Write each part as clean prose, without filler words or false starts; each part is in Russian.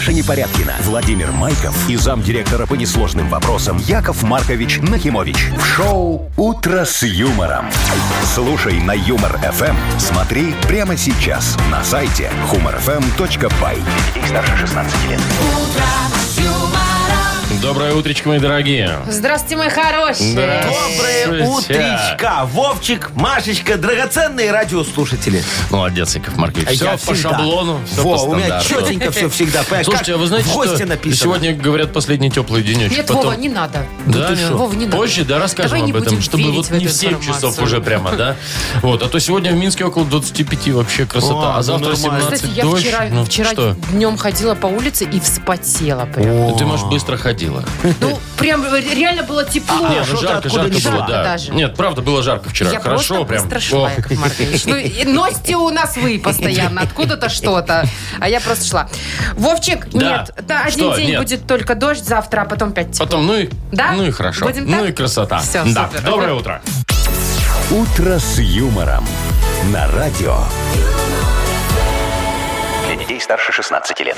Маша Непорядкина, Владимир Майков и замдиректора по несложным вопросам Яков Маркович Нахимович. В шоу «Утро с юмором». Слушай на Юмор-ФМ. Смотри прямо сейчас на сайте humorfm.by. Для детей старше 16 лет. Доброе утречко, мои дорогие. Здравствуйте, мои хорошие. Доброе утречка. Вовчик, Машечка, драгоценные радиослушатели. Молодец, Яков Маркович. Все Я по всегда. шаблону, все Во, по у меня стандарту. четенько все всегда. Слушайте, а вы знаете, в гости что написано? сегодня, говорят, последний теплый денечек. Нет, Потом... Вова, не надо. Да, ты нет? шо? Вова, не надо. Позже, да, расскажем Давай не об этом, будем чтобы верить вот в эту не в 7 часов информацию. уже прямо, да? Вот, а то сегодня в Минске около 25 вообще красота, О, а завтра ну, нормально. 17 Кстати, я дождь. вчера Ну, что? днем ходила по улице и вспотела прям. Ты, может, быстро ходила. Ну, прям реально было тепло. Нет, ну что-то жарко откуда не было, шла. да. Даже. Нет, правда, было жарко вчера. Я Хорошо просто прям. быстро шла, О. Яков Маркович. Ну, и носите у нас вы постоянно, откуда-то что-то. А я просто шла. Вовчик, Да. нет, да, один Что? день Нет. будет только дождь, завтра, а потом 5 тепло. Потом, Да? ну и хорошо. Будем Ну так? и красота. Всё, да. супер. Доброе утро. «Утро с юмором» на радио. Для детей старше 16 лет.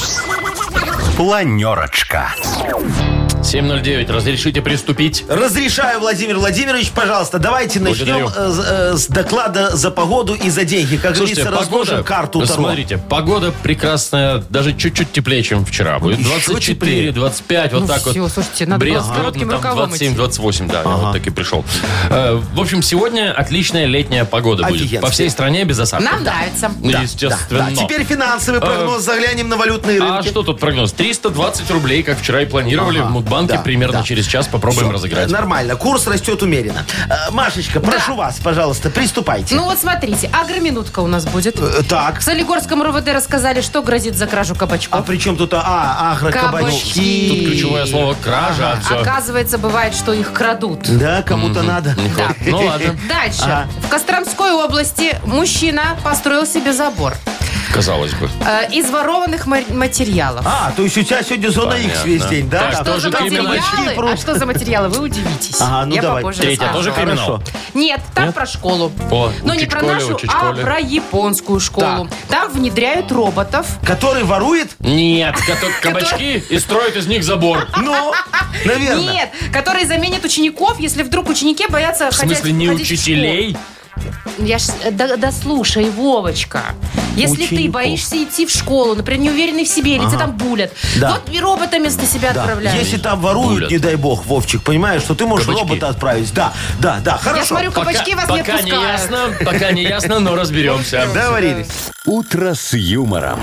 Планерочка. 7:09. Разрешите приступить? Разрешаю, Владимир Владимирович, пожалуйста, давайте начнем Благодарю. с доклада за погоду и за деньги. Как Слушайте, говорится, разложим карту Таро. смотрите, погода прекрасная, даже чуть-чуть теплее, чем вчера. Будет Еще 24, теплее. 25, вот Ну так всё, вот. слушайте, надо было с Брест, коротким там рукавом 27, идти. 28, да, я вот так и пришел. В общем, сегодня отличная летняя погода будет. Офигенски. По всей стране без осадков. Нам нравится. Естественно. Да, теперь финансовый прогноз, заглянем на валютные А рынки. что тут прогноз? 320 рублей, как вчера и планировали. Ага, В Мудбанке да, примерно да. через час попробуем Всё, разыграть. Нормально, курс растет умеренно. Машечка, прошу вас, пожалуйста, приступайте. Ну вот смотрите, агроминутка у нас будет. Так, В Солигорском РУВД рассказали, что грозит за кражу а кабачков. при чем тут агрокабачки? Тут ключевое слово кража. Все. Оказывается, бывает, что их крадут. Да, кому-то надо. Да. Ну ладно, Дальше. Ага. В Костромской области мужчина построил себе забор казалось бы. из ворованных материалов. То есть у тебя сегодня зона X Понятно. весь день, да? Так, Там что Что за тоже криминал. материалы? прут. А что за материалы? Вы удивитесь. Ага, ну Я давай. попозже Третья расскажу. тоже криминал? Хорошо. Нет, там Нет? про школу. О, Но не учить про школе, нашу, учить а школе. про японскую школу. Там внедряют роботов. Который ворует? Нет, кабачки и строят из них забор. Ну, наверное. Нет, которые заменят учеников, если вдруг ученики боятся В ходить смысле, не ходить в учителей? школу. Я ж, да слушай, Вовочка. Если ты Учеников. боишься идти в школу, например, не уверенный в себе, или тебя там булят, Да. вот и робота вместо себя Да. отправляют. Если там воруют, Булят. не дай бог, Вовчик, понимаешь, что ты можешь Кабачки. робота отправить. Да, хорошо. Я смотрю, кабачки вас не Пока не отпускают. ясно, пока не ясно, но разберемся. Договорились. «Утро с юмором».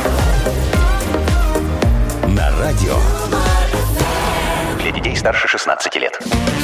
На радио. Для детей старше 16 лет.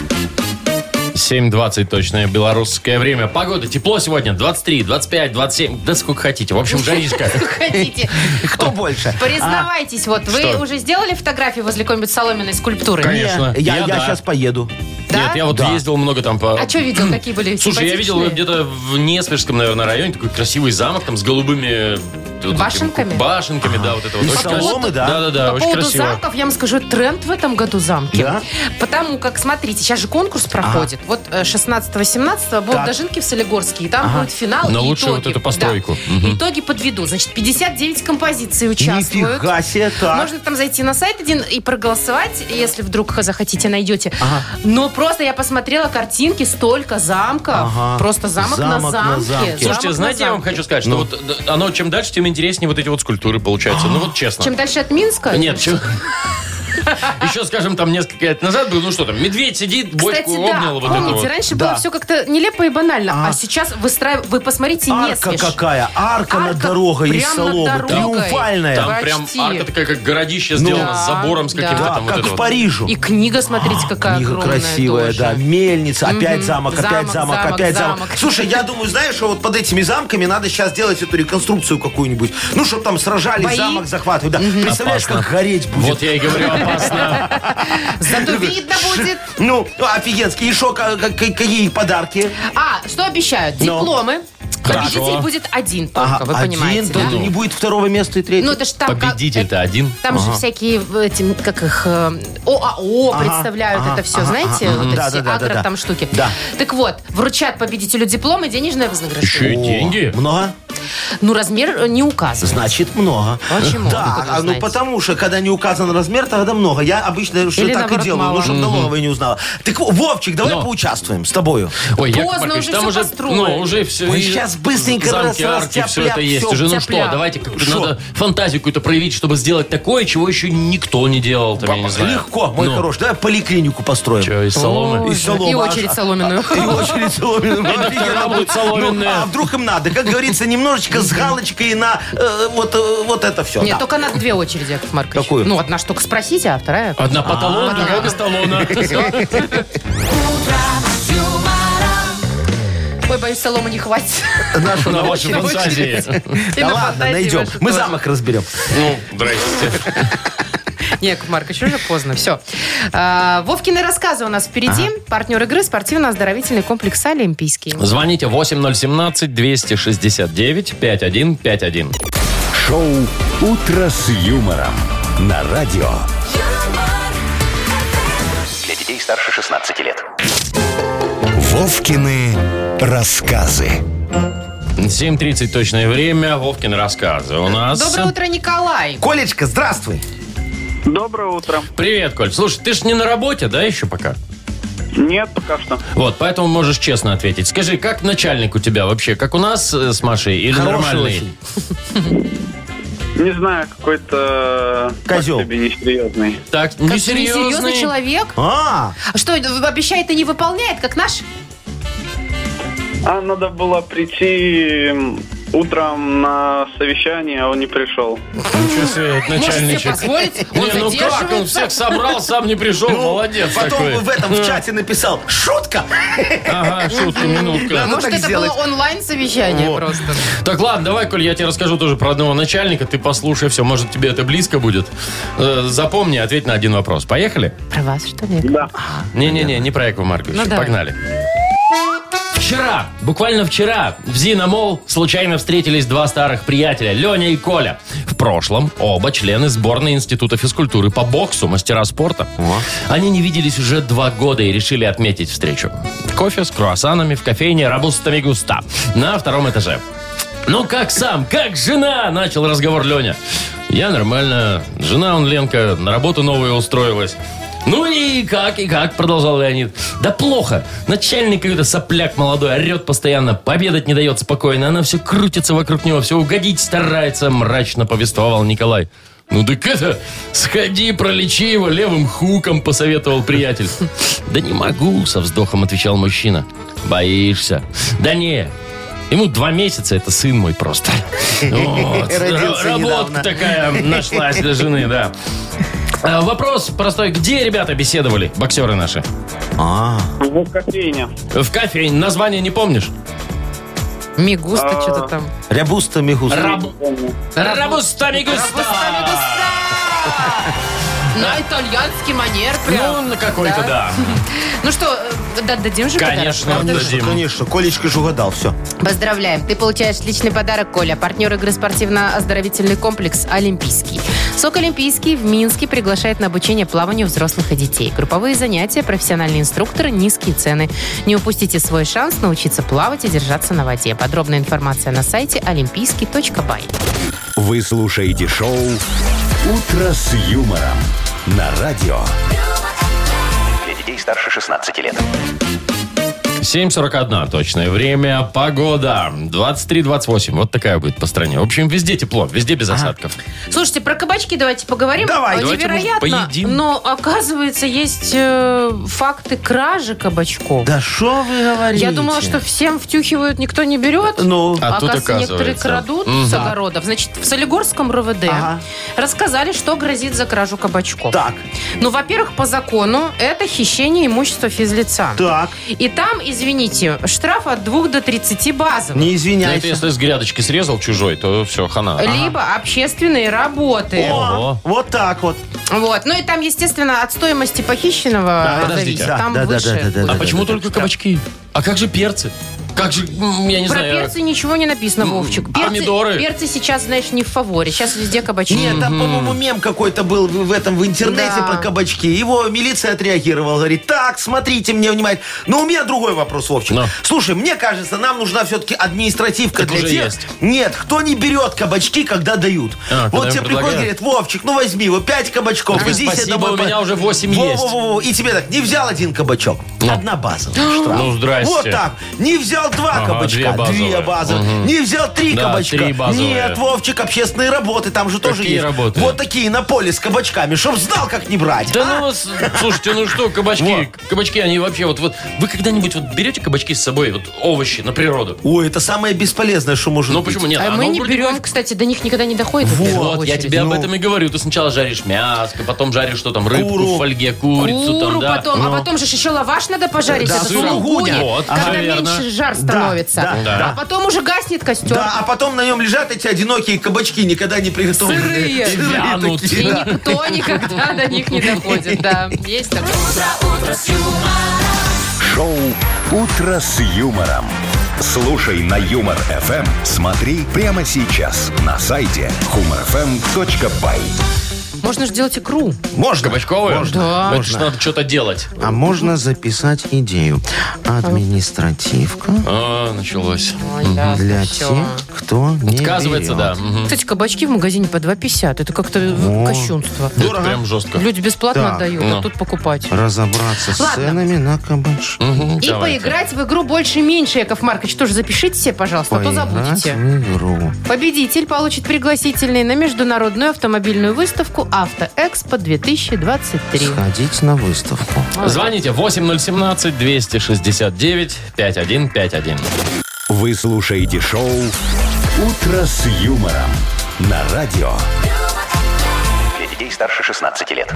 7:20 точное белорусское время. Погода, тепло сегодня, 23, 25, 27, да сколько хотите. В общем, жаришка. Хотите. Кто больше? Признавайтесь, вот вы Что? уже сделали фотографии возле какой-нибудь соломенной скульптуры? Конечно. Я Я да. сейчас поеду. Да? Нет, я вот Да. ездил много там по... А что видел, какие были Слушай, я видел симпатичные? где-то в Несвежском, наверное, районе такой красивый замок там с голубыми... вот этими Башенками? Башенками, да, вот это вот. Из Очень красиво. соломы, да? Да-да-да, По очень поводу красиво. замков, я вам скажу, тренд в этом году замки. Да? Потому как, смотрите, сейчас же конкурс проходит. Вот 16-18 будут Так. дожинки в Солигорске, и там будет финал. На и лучшую итоги. вот эту постройку. Да. Мгм. Итоги подведу. Значит, 59 композиций участвуют. Нифига себе, так. Можно там зайти на сайт один и проголосовать, если вдруг захотите, найдете. Но просто я посмотрела картинки, столько замков. Ага. Просто замок Замок на на замке. замке. Слушайте, Замок знаете, на я вам замке. хочу сказать, что вот оно чем дальше, тем интереснее вот эти вот скульптуры получаются. Ну вот честно. Чем дальше от Минска? Нет, еще, скажем, там несколько лет назад был, ну что там, медведь сидит, бочку Кстати, да, обнял, вот это помните, вот. раньше Да. было все как-то нелепо и банально, а сейчас вы посмотрите, не Арка свеж. какая? Арка над Арка дорогой из прямо над соломы. дорогой. Триумфальная. Там Почти. прям арка такая, как городище сделано, Да, с забором, с каким-то да. Да, там вот как это в вот. Парижу. И книга, смотрите, какая Книга огромная красивая, тоже. да. Мельница, опять замок, опять Замок, замок, замок, опять замок. замок. Слушай, я думаю, знаешь, что вот под этими замками надо сейчас делать эту реконструкцию какую-нибудь. Ну, чтобы там сражались, Бои? замок захватывать. Да. Представляешь, Опасно. как гореть будет. Вот я и говорю, опасно. Зато видно будет. Ну, офигенский. И что, какие подарки? Что обещают? Ну. Дипломы. Хорошо. Победитель будет один только, вы понимаете, один, да? то не будет второго места и третьего. Ну, это ж там... Победитель-то один. Там же всякие, эти, как их, ОАО представляют это все, знаете? Вот Да, эти да, да, агро да. там штуки. Да. Так вот, вручат победителю диплом и денежное Еще вознаграждение. и деньги. Много? Ну, размер не указан. Значит, много. Почему? Да, Откуда вы знаете? потому что, когда не указан размер, тогда много. Я обычно что Или так и наоборот, делаю, мало. чтобы налоговая не узнала. Так, Вовчик, давай поучаствуем с тобою. Ой, Яков Поздно, Маркович, уже там всё уже, построили. уже все. Ой, щас быстренько замки, арки, все это есть. всё, Уже, ну тяп-ляп. что, давайте как-то Шо? надо фантазию какую-то проявить, чтобы сделать такое, чего еще никто не делал. Там, я не знаю. Легко, мой Ну, хороший. Давай поликлинику построим. Что, из соломы? Из соломы. И очередь соломенную. И очередь соломенную. И доктора будут соломенные. А вдруг им надо? Как говорится, немножечко с галочкой на вот это все. Нет, только надо 2 очереди, Яков Маркович. Какую? Ну, одна штука спросите, а вторая... Одна по талону, другая без талона. Ой, боюсь, соломы не хватит. Нашу На на ваши очередь. фантазии. И Да на ладно, фантазии найдем. ваши Мы тоже. замок разберем. Ну, здрасте. Не, Яков Маркович, уже поздно. Все. Вовкины рассказы у нас впереди. Партнер игры спортивно-оздоровительный комплекс «Олимпийский». Звоните 8017-269-5151. Шоу «Утро с юмором» на радио. Для детей старше 16 лет. Вовкины рассказы. 7:30 точное время. Вовкин рассказы у нас. Доброе утро, Николай. Колечка, здравствуй. Доброе утро. Привет, Коль. Слушай, ты ж не на работе, да, еще пока? Нет, пока что. Вот, поэтому можешь честно ответить. Скажи, как начальник у тебя вообще? Как у нас с Машей или Хороший нормальный? очень. Не знаю, какой-то... Козел. Так себе несерьезный. Так, Как несерьезный несерьезный. человек. А, Что, обещает и не выполняет, как наш? А надо было прийти утром на совещание, а он не пришел. Ничего себе, Можете себе начальничек. позволить? Он Не, ну как, он задерживается. всех собрал, сам не пришел, молодец потом такой. в этом в чате написал «Шутка!» Ага, шутка, минутка. Надо Может, так это сделать. было онлайн-совещание Вот. просто. Так, ладно, давай, Коль, я тебе расскажу тоже про одного начальника. Ты послушай все, может, тебе это близко будет. Запомни, ответь на один вопрос. Поехали? Про вас, что ли? Да. Не-не-не, не про Якова Марковича. Ну, давай. Погнали. Вчера, буквально вчера, в Зиномол случайно встретились два старых приятеля, Леня и Коля. В прошлом оба члены сборной Института физкультуры по боксу, мастера спорта. Они не виделись уже 2 года и решили отметить встречу. Кофе с круассанами в кофейне «Робуста Мигуста» на 2-м этаже. «Ну как сам, как жена?» – начал разговор Леня. «Я нормально. Жена, Ленка, на работу новую устроилась». «Ну и как?» – продолжал Леонид. «Да плохо. Начальник какой-то сопляк молодой, орет постоянно, пообедать не дает спокойно. Она все крутится вокруг него, все угодить старается», – мрачно повествовал Николай. «Ну так это, сходи, пролечи его левым хуком», – посоветовал приятель. «Да не могу», – со вздохом отвечал мужчина. «Боишься?» «Да не. Ему 2 месяца, это сын мой просто». Вот. Родился Работка недавно. такая нашлась для жены, да. Вопрос простой. Где ребята беседовали, боксеры наши? В кофейне. В кофейне. Название не помнишь? Мигуста, что-то там. Рябуста, мигуста. Рабуста Мигуста. На итальянский манер прям. Ну, на какой-то, да. Ну что, дадим же Конечно, подарок? дадим. Конечно, Колечка же угадал, все. Поздравляем. Ты получаешь личный подарок, Коля. Партнер игры спортивно-оздоровительный комплекс «Олимпийский». СОК «Олимпийский» в Минске приглашает на обучение плаванию взрослых и детей. Групповые занятия, профессиональные инструкторы, низкие цены. Не упустите свой шанс научиться плавать и держаться на воде. Подробная информация на сайте олимпийский.бай. Вы слушаете шоу «Утро с юмором» на радио. Для детей старше 16 лет. 7:41 точное время. Погода 23-28. Вот такая будет по стране. В общем, везде тепло, везде без осадков. Слушайте, про кабачки давайте поговорим. Давай. Давайте, может, Невероятно, поедим? но оказывается есть факты кражи кабачков. Да что вы говорите? Я думала, что всем втюхивают, никто не берет. Ну, А тут Оказывается, некоторые оказывается. крадут с огородов. Значит, в Солигорском РОВД Ага. рассказали, что грозит за кражу кабачков. так, Ну, во-первых, по закону это хищение имущества физлица. так, И там, извините, штраф от 2 до 30 базовых. не Это извиняйся. если с грядочки срезал чужой, то все, хана. Либо общественные работы. Ого. Вот так вот. Вот. Ну и там, естественно, от стоимости похищенного подождите. зависит. Там выше. А почему только кабачки? А как же перцы? Как же, я не Про знаю. перцы ничего не написано, Вовчик. Помидоры. Перцы сейчас, знаешь, не в фаворе. Сейчас везде кабачки. Нет, там, по-моему, мем какой-то был в интернете Да. про кабачки. Его милиция отреагировала. Говорит, так, смотрите мне внимательно. Но у меня другой вопрос, Вовчик. Ну. Слушай, мне кажется, нам нужна все-таки административка Так для уже тех... есть. Нет, кто не берет кабачки, когда дают. А, вот когда тебе им приходит и предлагают. говорит, Вовчик, ну возьми, вот 5 кабачков. Ой, иди себе спасибо, домой у меня уже 8 Во, есть. во, во, во. И тебе так, не взял один кабачок. Одна база. Ну, здрасте. Вот так. Не взял 2 Ага, кабачка. 2 2 базовые. Не взял 3 Да, кабачка. 3 базовые. Нет, Вовчик, общественные работы, там же тоже Какие есть. работы? Вот такие на поле с кабачками, чтоб знал, как не брать. Да а? ну, слушайте, ну что, кабачки, они вообще, вот вы когда-нибудь вот берете кабачки с собой, вот овощи на природу? Ой, это самое бесполезное, что может Ну быть. почему нет? А Оно мы не вроде берем, бы- кстати, до них никогда не доходит. в первую Вот, я очередь. тебе об этом и говорю. Ты сначала жаришь мяско, потом жаришь что там, рыбку Куру. в фольге, курицу там, Куру да. потом, а потом же еще лаваш надо пожарить. Да, это сыром. сулугуни, Вот, когда верно. меньше жар Да, становится. да. А потом уже гаснет костер. Да, а потом на нем лежат эти одинокие кабачки, никогда не приготовленные. Сырые. Вянут. И никто никогда до них не доходит. Да, есть такое. Шоу «Утро с юмором». Слушай на Юмор ФМ. Смотри прямо сейчас на сайте humorfm.by. Можно же делать икру. Можно. Кабачковую? Да. Это ж надо что-то делать. А можно записать идею. Административка Началось. Ой, да, для всё. тех, кто не Отказывается, берет. да. Мгм. Кстати, кабачки в магазине по 2,50. Это как-то кощунство. Это прям жестко. Люди бесплатно Так, отдают, ну. а тут покупать. Разобраться с Ладно. ценами на кабачки. Мгм, И давайте. поиграть в игру «Больше-меньше», Яков Маркович. Тоже запишите себе, пожалуйста, а то Поиграть забудете. в игру. Победитель получит пригласительный на международную автомобильную выставку «Автоэкспо-2023». Сходить на выставку. Звоните 8017-269-5151. Вы слушаете шоу «Утро с юмором» на радио. Для детей старше 16 лет.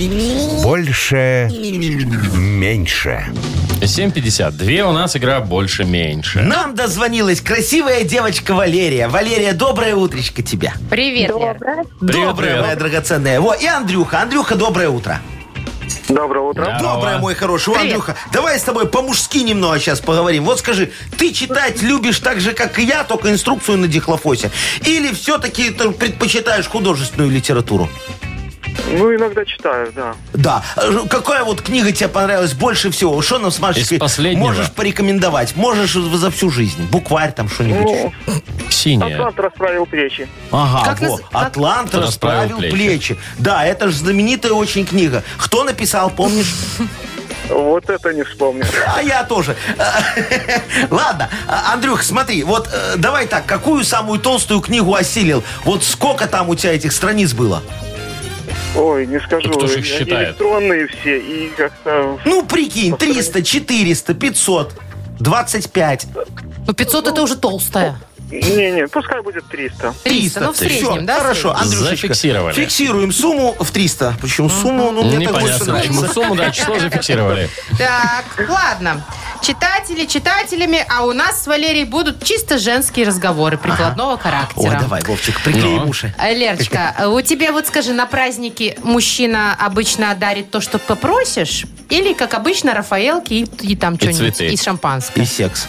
Больше. Меньше. 7:52 у нас игра «Больше-меньше». Нам дозвонилась красивая девочка Валерия. Валерия, доброе утречко тебе. Привет, Лер. Доброе, привет. моя драгоценная. Во, и Андрюха. Андрюха, доброе утро. Доброе утро. Здорово. Доброе, мой хороший. О, Привет. Андрюха, давай с тобой по-мужски немного сейчас поговорим. Вот скажи, ты читать любишь так же, как и я, только инструкцию на дихлофосе? Или все-таки ты предпочитаешь художественную литературу? Ну, иногда читаю, да. Да. Какая вот книга тебе понравилась больше всего? Что нам с Машечкой Из последнего? можешь порекомендовать? Можешь за всю жизнь. Букварь там что-нибудь. Ну, Синяя. Атлант расправил плечи. Ага, Как во. наз- как- Атлант Расправил расправил плечи. плечи. Да, это же знаменитая очень книга. Кто написал, помнишь? Вот это не вспомню. А я тоже. Ладно, Андрюх, смотри, вот давай так, какую самую толстую книгу осилил? Вот сколько там у тебя этих страниц было? Ой, не скажу. Кто ж их Они считает? электронные все, и как-то... Ну, прикинь, 300, 400, 500, 25. Ну, 500 это уже толстая. Не, пускай будет 300. 300, ну, в среднем, Всё, да? хорошо, Андрюшечка. Зафиксировали. Фиксируем сумму в 300. Причем сумму, ну, мне так больше Непонятно, почему нравится. сумму, да, число зафиксировали. Так, ладно. Читатели читателями, а у нас с Валерией будут чисто женские разговоры прикладного Ой, характера. давай, Вовчик, приклеим Ну. уши. Лерочка, у тебя вот скажи, на праздники мужчина обычно дарит то, что попросишь? Или, как обычно, рафаэлки и там что-нибудь цветы. из шампанского? И секс.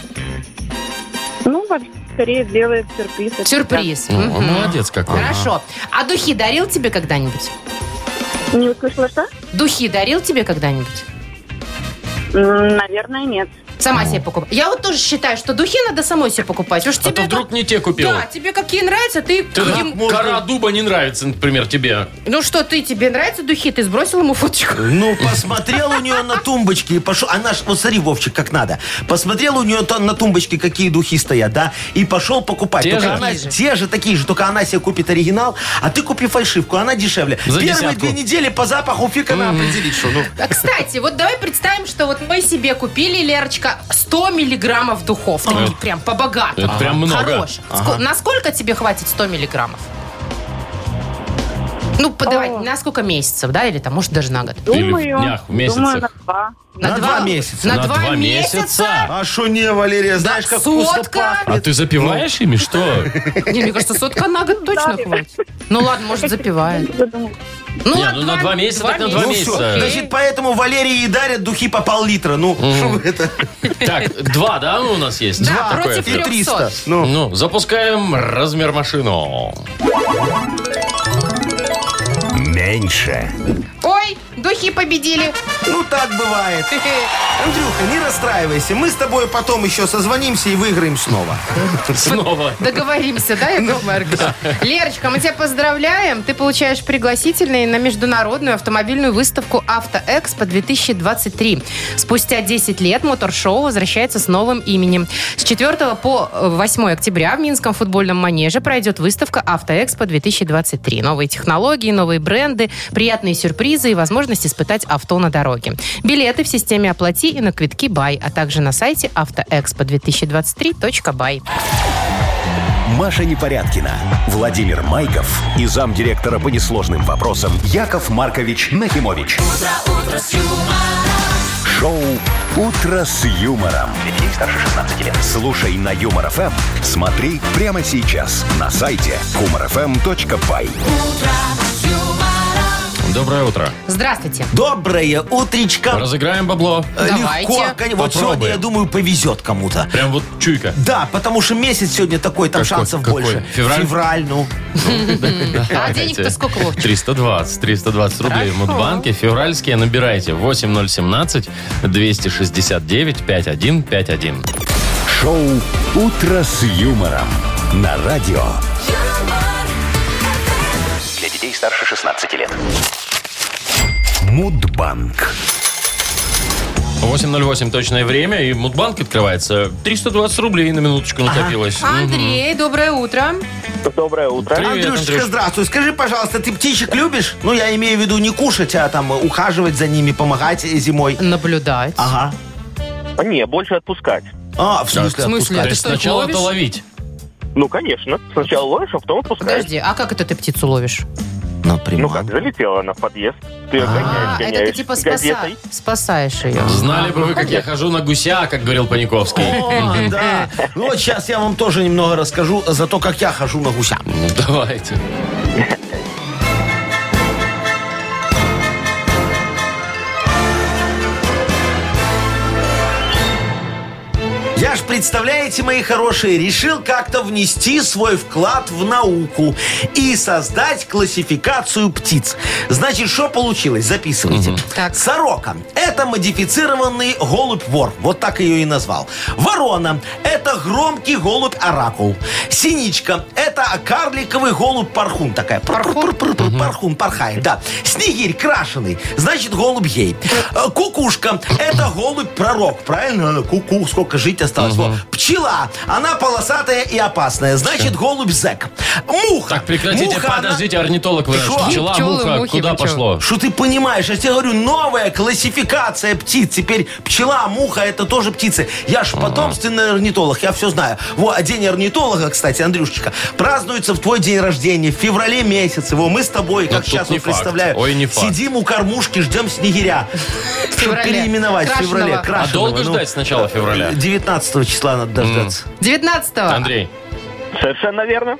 Ну, вообще, скорее делает сюрприз. Это Сюрприз. Ну, Мгм. молодец какой. Хорошо. А духи дарил тебе когда-нибудь? да. Не услышала, что? Духи дарил тебе когда-нибудь? Наверное, нет. Сама себе покупай. Я вот тоже считаю, что духи надо самой себе покупать. Уж А то тебе вдруг как- не те купил. Да, тебе какие нравятся, ты... Ты им- кора дуба не нравится, например, тебе. Ну что, тебе нравятся духи? Ты сбросил ему фоточку? Ну, посмотрел у нее на тумбочке и пошел. Она ж, вот смотри, Вовчик, как надо. Посмотрел у нее на тумбочке, какие духи стоят, да, и пошел покупать. Те Только же? она- Такие же. те же, такие же, только она себе купит оригинал, а ты купи фальшивку, она дешевле. За Первые десятку. 2 недели по запаху фиг она определит, что, ну. А, кстати, вот давай представим, что вот мы себе купили, Лерочка, 100 миллиграммов духов. Такие прям по-богатому. Это прям много. Хороших. Насколько тебе хватит 100 миллиграммов? Ну, подавай, на сколько месяцев, да, или там, может, даже на год? Или в Думаю, днях, в думаю, месяцах? на 2. На 2 месяца. На На 2 2 месяца? месяца? А что не, Валерия, знаешь, как вкусно сотка? А пахнет? ты запиваешь ими, что? Не, мне кажется, сотка на год точно хватит. Ну, ладно, может, запивает. Ну, Не, ладно, ну на 2 месяца, так на 2 Ну месяца. все, значит, поэтому Валерии и дарят духи по пол-литра. Ну, что вы это? Так, 2, да, у нас есть? Да, Такое? против И 300. 300. Ну, Ну, запускаем размер машину. Меньше. Ой, духи победили. ну так бывает. Андрюха, не расстраивайся. Мы с тобой потом еще созвонимся и выиграем снова. Снова. Договоримся, да, Яков Маркович? Лерочка, мы тебя поздравляем. Ты получаешь пригласительные на международную автомобильную выставку «Автоэкспо-2023». Спустя 10 лет моторшоу возвращается с новым именем. С 4 по 8 октября в Минском футбольном манеже пройдет выставка «Автоэкспо-2023». Новые технологии, новые бренды, приятные сюрпризы и возможность испытать авто на дороге. Билеты в системе «Оплати» и на квитки «Бай», а также на сайте autoexpo2023.by. Маша Непорядкина, Владимир Майков и замдиректора по несложным вопросам Яков Маркович Нахимович. Шоу «Утро с юмором». Для детей старше 16 лет. Слушай на Юмор ФМ, смотри прямо сейчас на сайте humorfm.by. Доброе утро. Здравствуйте. Доброе утречко. Разыграем бабло. Давайте. Легко. Вот сегодня, я думаю, повезет кому-то. Прям вот чуйка. Да, потому что месяц сегодня такой, там Какой? шансов Какой? больше. Февраль? ну. А денег-то сколько, Вовчик? 320 рублей в Мудбанке. Февральские набирайте. 8017-269-5151. Шоу «Утро с юмором» на радио. Для детей старше 16 лет. Мудбанк. 8:08 точное время, и Мудбанк открывается. 320 рублей на минуточку накопилось. Андрей, доброе утро. Доброе утро. Привет, Андрюшечка, Андрюш. здравствуй. Скажи, пожалуйста, ты птичек любишь? Ну, я имею в виду не кушать, а там ухаживать за ними, помогать зимой. Наблюдать. Ага. Не, больше отпускать. А, в смысле? В смысле? То Ты есть что, их сначала-то ловишь? ловить. Ну, конечно. Сначала ловишь, а потом отпускаешь. Подожди, а как это ты птицу ловишь? Например. Ну как, залетела она в подъезд. Ты ее А, гоняешь, это ты типа газетой. спасаешь ее. Знали бы вы, как я хожу на гуся, как говорил Паниковский. О, да. Ну вот сейчас я вам тоже немного расскажу за то, как я хожу на гуся. Ну, давайте. Я ж, представляете, мои хорошие, решил как-то внести свой вклад в науку и создать классификацию птиц. Значит, что получилось? Записывайте. Так. Сорока – это модифицированный голубь-вор. Вот так ее и назвал. Ворона – это громкий голубь-оракул. Синичка – это карликовый голубь-пархун. Такая. Пархун порхает, да. Снегирь крашеный, значит, голубь-гей. Кукушка – это голубь-пророк. Правильно? Ку-ку, сколько жить осталось. Вот. Пчела, она полосатая и опасная, значит, голубь-зэк. Муха. Так, прекратите, Муха, она- подождите, орнитолог вы. Шо? Пчела, Пчелы, муха, мухи, куда вы чё? пошло? Что ты понимаешь? Я тебе говорю, новая классификация птиц. Теперь пчела, муха, это тоже птицы. Я ж потомственный орнитолог, я все знаю. Вот, а день орнитолога, кстати, Андрюшечка, празднуется в твой день рождения, в феврале месяце. Во, мы с тобой, как тут сейчас не вот факт. представляю, Ой, не факт. сидим у кормушки, ждем снегиря. Чтобы феврале. переименовать в феврале. Крашеного. А Крашеного, долго ждать с начала февраля? 19 числа надо дождаться. 19-го. Андрей. Совершенно верно.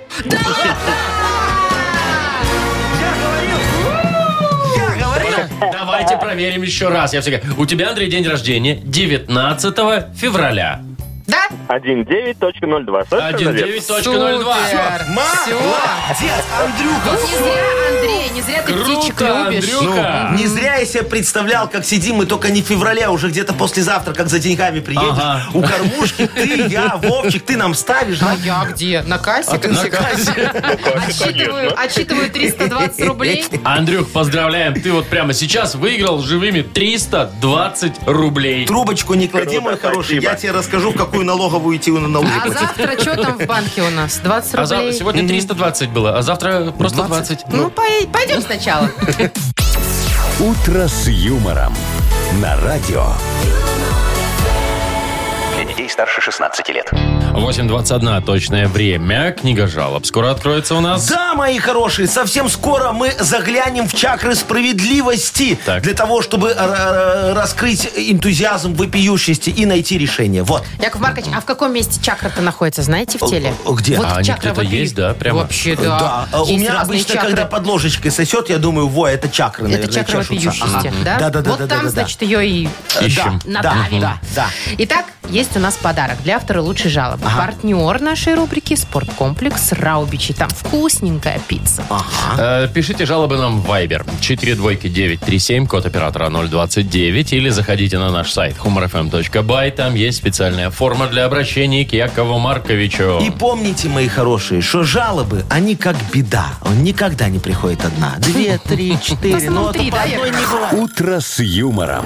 Я говорил. Давайте проверим еще раз. Я всегда... У тебя, Андрей, день рождения 19 февраля. Да? 1.9.02. Совершенно верно. 19.02. Супер. Всё. Молодец, Андрюха. Вот не зря, Андрей, не зря ты птичек Круто, любишь. Андрюха. Не зря я себе представлял, как сидим мы только не в феврале, а уже где-то послезавтра, как за деньгами приедешь. Ага. У кормушки ты, я, Вовчик, ты нам ставишь, А да? я где? На кассе? На кассе. Отсчитываю 320 рублей. Андрюх, поздравляем. Ты вот прямо сейчас выиграл живыми 320 рублей. Трубочку не клади, Круто, мой хороший. спасибо. Я тебе расскажу, в какую налоговую идти на налоги А платить. завтра что там в банке у нас? 20 А рублей? сегодня 320 было, а завтра просто 20. Ну, пойдем сначала. «Утро с юмором» на радио. Для детей старше 16 лет. 8:21 точное время. Книга жалоб скоро откроется у нас. Да, мои хорошие, совсем скоро мы заглянем в чакры справедливости. Так. Для того, чтобы раскрыть энтузиазм вопиющести и найти решение. Вот. Яков Маркович, а в каком месте чакра-то находится, знаете, в теле? Где? Вот А они чакра где-то вопию- есть, да, прямо? Вообще, да. У Есть меня разные обычно, чакры. когда под ложечкой сосет, я думаю, это чакры, Это наверное, чакра чешутся. вопиющести, да? Да. Вот там, значит, ее и Ищем. надавим. Да. Итак, есть у нас подарок для автора лучшей жалобы. Партнер нашей рубрики «Спорткомплекс Раубичи». Там вкусненькая пицца. Пишите жалобы нам в Viber 42937, код оператора 029, или заходите на наш сайт humorfm.by. Там есть специальная форма для обращения к Якову Марковичу. И помните, мои хорошие, что жалобы, они как беда. Он никогда не приходит одна. 2, 3, 4. В основном Но 3, по да, одной Яков? не бывает. «Утро с юмором».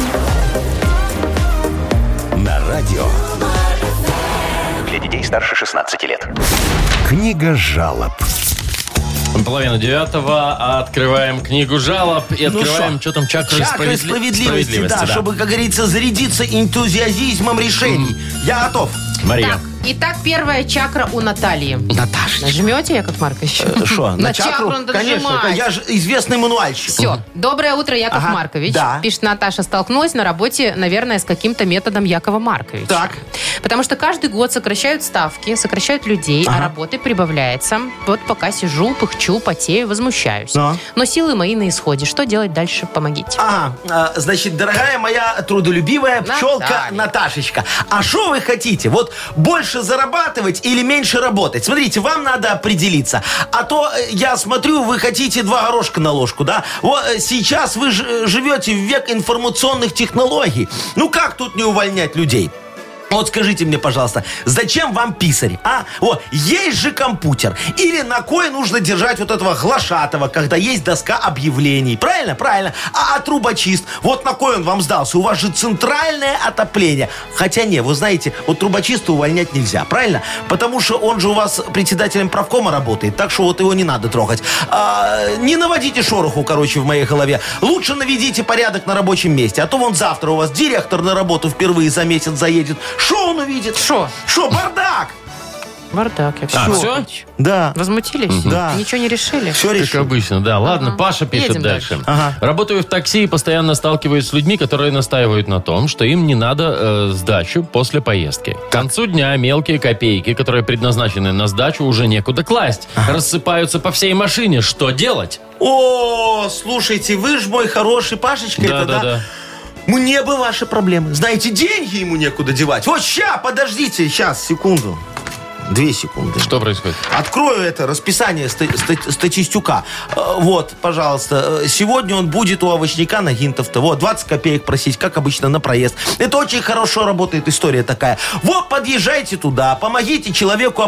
На радио. Для детей старше 16 лет. Книга жалоб. 8:30, открываем книгу жалоб и открываем, что там, чакры Чакры справедливости, да, чтобы, как говорится, зарядиться энтузиазмом решений. Я готов. Мария. Так, итак, первая чакра у Натальи. Наташа. Нажмете, Яков Маркович? Что, На чакру надо Конечно, нажимать. я же известный мануальщик. Все. Доброе утро, Яков Ага, Маркович. да. Пишет Наташа, столкнулась на работе, наверное, с каким-то методом Якова Марковича. Так. Потому что каждый год сокращают ставки, сокращают людей, а работы прибавляется. Вот пока сижу, пыхчу, потею, возмущаюсь. Но силы мои на исходе. Что делать дальше? Помогите. Значит, дорогая моя трудолюбивая пчелка Наталья. Наташечка, а что вы хотите? Вот больше зарабатывать или меньше работать? Смотрите, вам надо определиться. А то, я смотрю, вы хотите 2 горошка на ложку, да? Вот сейчас вы живете в век информационных технологий. Ну как тут не увольнять людей? Вот скажите мне, пожалуйста, зачем вам писарь, а? Вот, есть же компьютер. Или на кой нужно держать вот этого глашатого, когда есть доска объявлений? Правильно? Правильно. А трубочист? Вот на кой он вам сдался? У вас же центральное отопление. Хотя не, вы знаете, вот трубочиста увольнять нельзя, правильно? Потому что он же у вас председателем правкома работает, так что вот его не надо трогать. Не наводите шороху, короче, в моей голове. Лучше наведите порядок на рабочем месте. А то вон завтра у вас директор на работу впервые за месяц заедет. Что он увидит? Шо? Шо, бардак? Бардак, Яков А, Маркович. Да. Возмутились? Да. Ничего не решили? Все Как решил. обычно, да. Ладно, Паша пишет Едем дальше. Ага. Работаю в такси и постоянно сталкиваюсь с людьми, которые настаивают на том, что им не надо сдачу после поездки. К концу дня мелкие копейки, которые предназначены на сдачу, уже некуда класть. Рассыпаются по всей машине. Что делать? О, слушайте, вы ж мой хороший Пашечка, это да? Да. Мне бы ваши проблемы. Знаете, деньги ему некуда девать. Вот ща, подождите, сейчас, секунду. 2 секунды. Что происходит? Открою это расписание статистюка. Вот, пожалуйста. Сегодня он будет у овощника на Гинтов-то. Вот, 20 копеек просить, как обычно, на проезд. Это очень хорошо работает история такая. Вот, подъезжайте туда, помогите человеку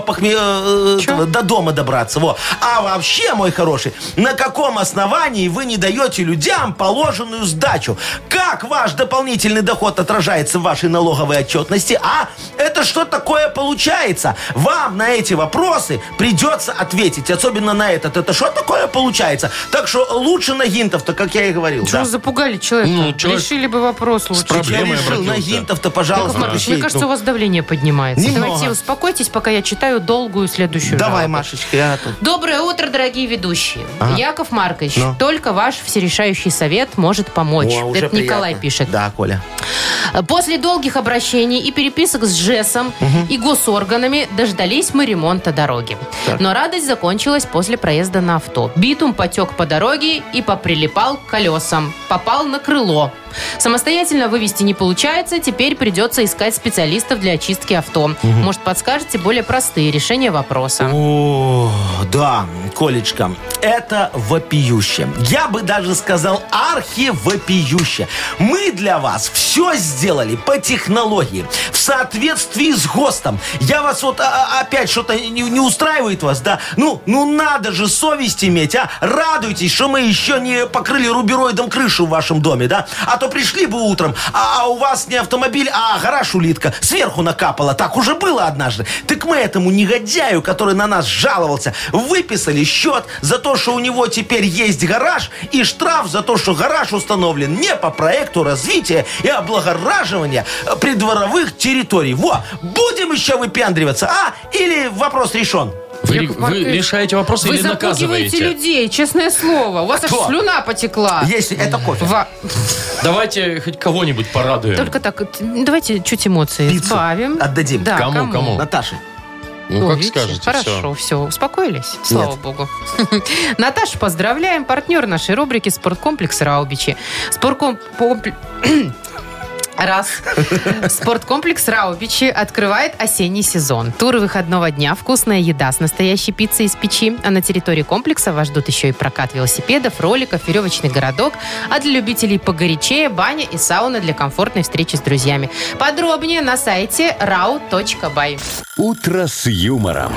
до дома добраться. Вот. А вообще, мой хороший, на каком основании вы не даете людям положенную сдачу? Как ваш дополнительный доход отражается в вашей налоговой отчетности? А это что такое получается? Вам на эти вопросы придется ответить, особенно на этот. Это что такое получается? Так что лучше на Гинтов-то, как я и говорил. Чего Да. запугали человека? Ну, человек Решили бы вопрос лучше. Я проблемой решил на обратился. Гинтов-то, Яков пожалуйста. Маркович, мне пришли. кажется, Ну, у вас давление поднимается. Немного. Давайте успокойтесь, пока я читаю долгую следующую Давай, жалобу. Машечка, я тут. Доброе утро, дорогие ведущие. Яков Маркович, Ну? только ваш всерешающий совет может помочь. О, уже Это Николай приятно. пишет. Да, Коля. После долгих обращений и переписок с ЖЭСом и госорганами дождались мы ремонта дороги. Но радость закончилась после проезда на авто. Битум потек по дороге и поприлипал к колесам. Попал на крыло. Самостоятельно вывести не получается, теперь придется искать специалистов для очистки авто. Может, подскажете более простые решения вопроса? О, да, Колечка, это вопиюще. Я бы даже сказал архивопиюще. Мы для вас все сделали по технологии, в соответствии с ГОСТом. Я вас вот опять что-то не устраивает вас, да? Ну надо же совесть иметь, а? Радуйтесь, что мы еще не покрыли рубероидом крышу в вашем доме, да? А то пришли бы утром, а у вас не автомобиль, а гараж-улитка. Сверху накапала. Так уже было однажды. Так мы этому негодяю, который на нас жаловался, выписали счет за то, что у него теперь есть гараж, и штраф за то, что гараж установлен не по проекту развития и облагораживания придворовых территорий. Во! Будем будем еще выпендриваться, или вопрос решен? Вы Яков Маркович, решаете вопросы Вы или запугиваете наказываете? людей, честное слово. У вас аж Кто? слюна потекла. Если это кофе. Давайте хоть кого-нибудь порадуем. Только так, давайте чуть эмоции Пиццу сбавим. отдадим. Да, Кому? Наташе. Ну, О, как видите? скажете. Хорошо, все, успокоились? Слава Нет. богу. Наташу поздравляем. Партнер нашей рубрики «Спорткомплекс Раубичи». Спорткомплекс Раубичи открывает осенний сезон. Туры выходного дня, вкусная еда с настоящей пиццей из печи. А на территории комплекса вас ждут еще и прокат велосипедов, роликов, веревочный городок. А для любителей погорячее баня и сауна для комфортной встречи с друзьями. Подробнее на сайте rau.by. «Утро с юмором».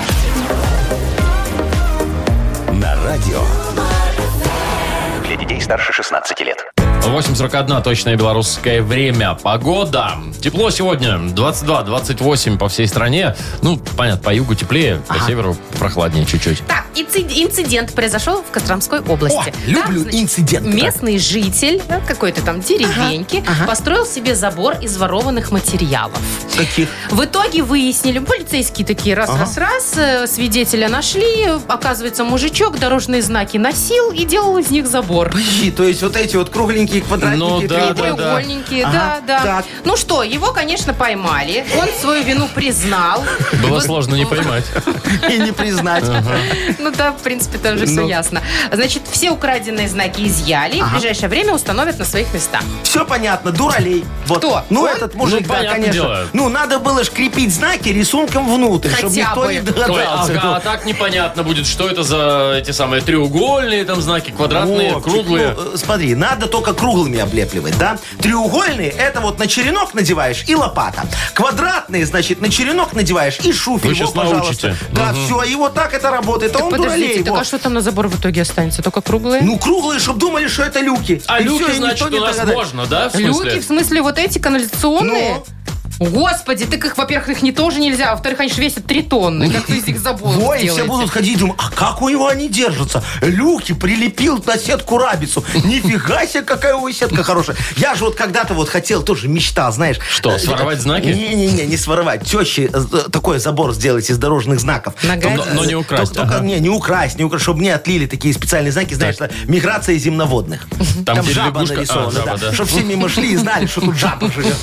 На радио. Для детей старше 16 лет. 8:41 точное белорусское время. Погода. Тепло сегодня 22-28 по всей стране. Ну, понятно, по югу теплее, по северу прохладнее чуть-чуть. Так, инцидент произошел в Костромской области. Люблю инциденты. Местный житель какой-то там деревеньки построил себе забор из ворованных материалов. Каких? В итоге выяснили, полицейские такие раз-раз-раз, свидетеля нашли, оказывается, мужичок дорожные знаки носил и делал из них забор. Подожди, то есть вот эти вот кругленькие квадратники. Ну, да, Треугольненькие, Ага, да. так. Ну что, его, конечно, поймали. Он свою вину признал. Было Вот- сложно не поймать. И не признать. Ну да, в принципе, там же все Ну. ясно. Значит, все украденные знаки изъяли и в ближайшее время установят на своих местах. Все понятно, дуралей. Вот. Кто? Ну, Он? этот мужик, Ну, да, понятное конечно. дело. Ну, надо было ж крепить знаки рисунком внутрь, Хотя чтобы никто бы. не Ой, догадался. а так непонятно будет, что это за эти самые треугольные там знаки, квадратные, Вовчик, круглые. ну, смотри, надо только круглыми облепливать, да? Треугольные, это вот на черенок надеваешь и лопата. Квадратные, значит, на черенок надеваешь и шуфель. Вы щас Вот, пожалуйста. научите. Да, все, и вот так это работает. А он Подождите, дуралей. так во. а что там на забор в итоге останется? Только круглые? Ну, круглые, чтобы думали, что это люки. А И люки, всё, и значит, никто не у нас догадается. можно, да? В смысле? Люки, в смысле, вот эти канализационные? Ну. Господи, так их, во-первых, их не тоже нельзя, а во-вторых, они же весят 3 тонны. Как вы из них забор Ой, все сделаете? будут ходить, думать, а как у него они держатся? Люки прилепил на сетку рабицу. Нифига себе, какая у него сетка хорошая. Я же вот когда-то вот хотел, тоже мечтал, знаешь. Что, своровать знаки? Не-не-не, не своровать. Теще такой забор сделать из дорожных знаков. Нагадить. Но не украсть, Только, ага. не украсть, чтобы мне отлили такие специальные знаки, знаешь, что миграция земноводных. Там, Там где жаба лягушка. нарисована, Жаба, да. Чтобы все мимо шли и знали, что тут жаба живет.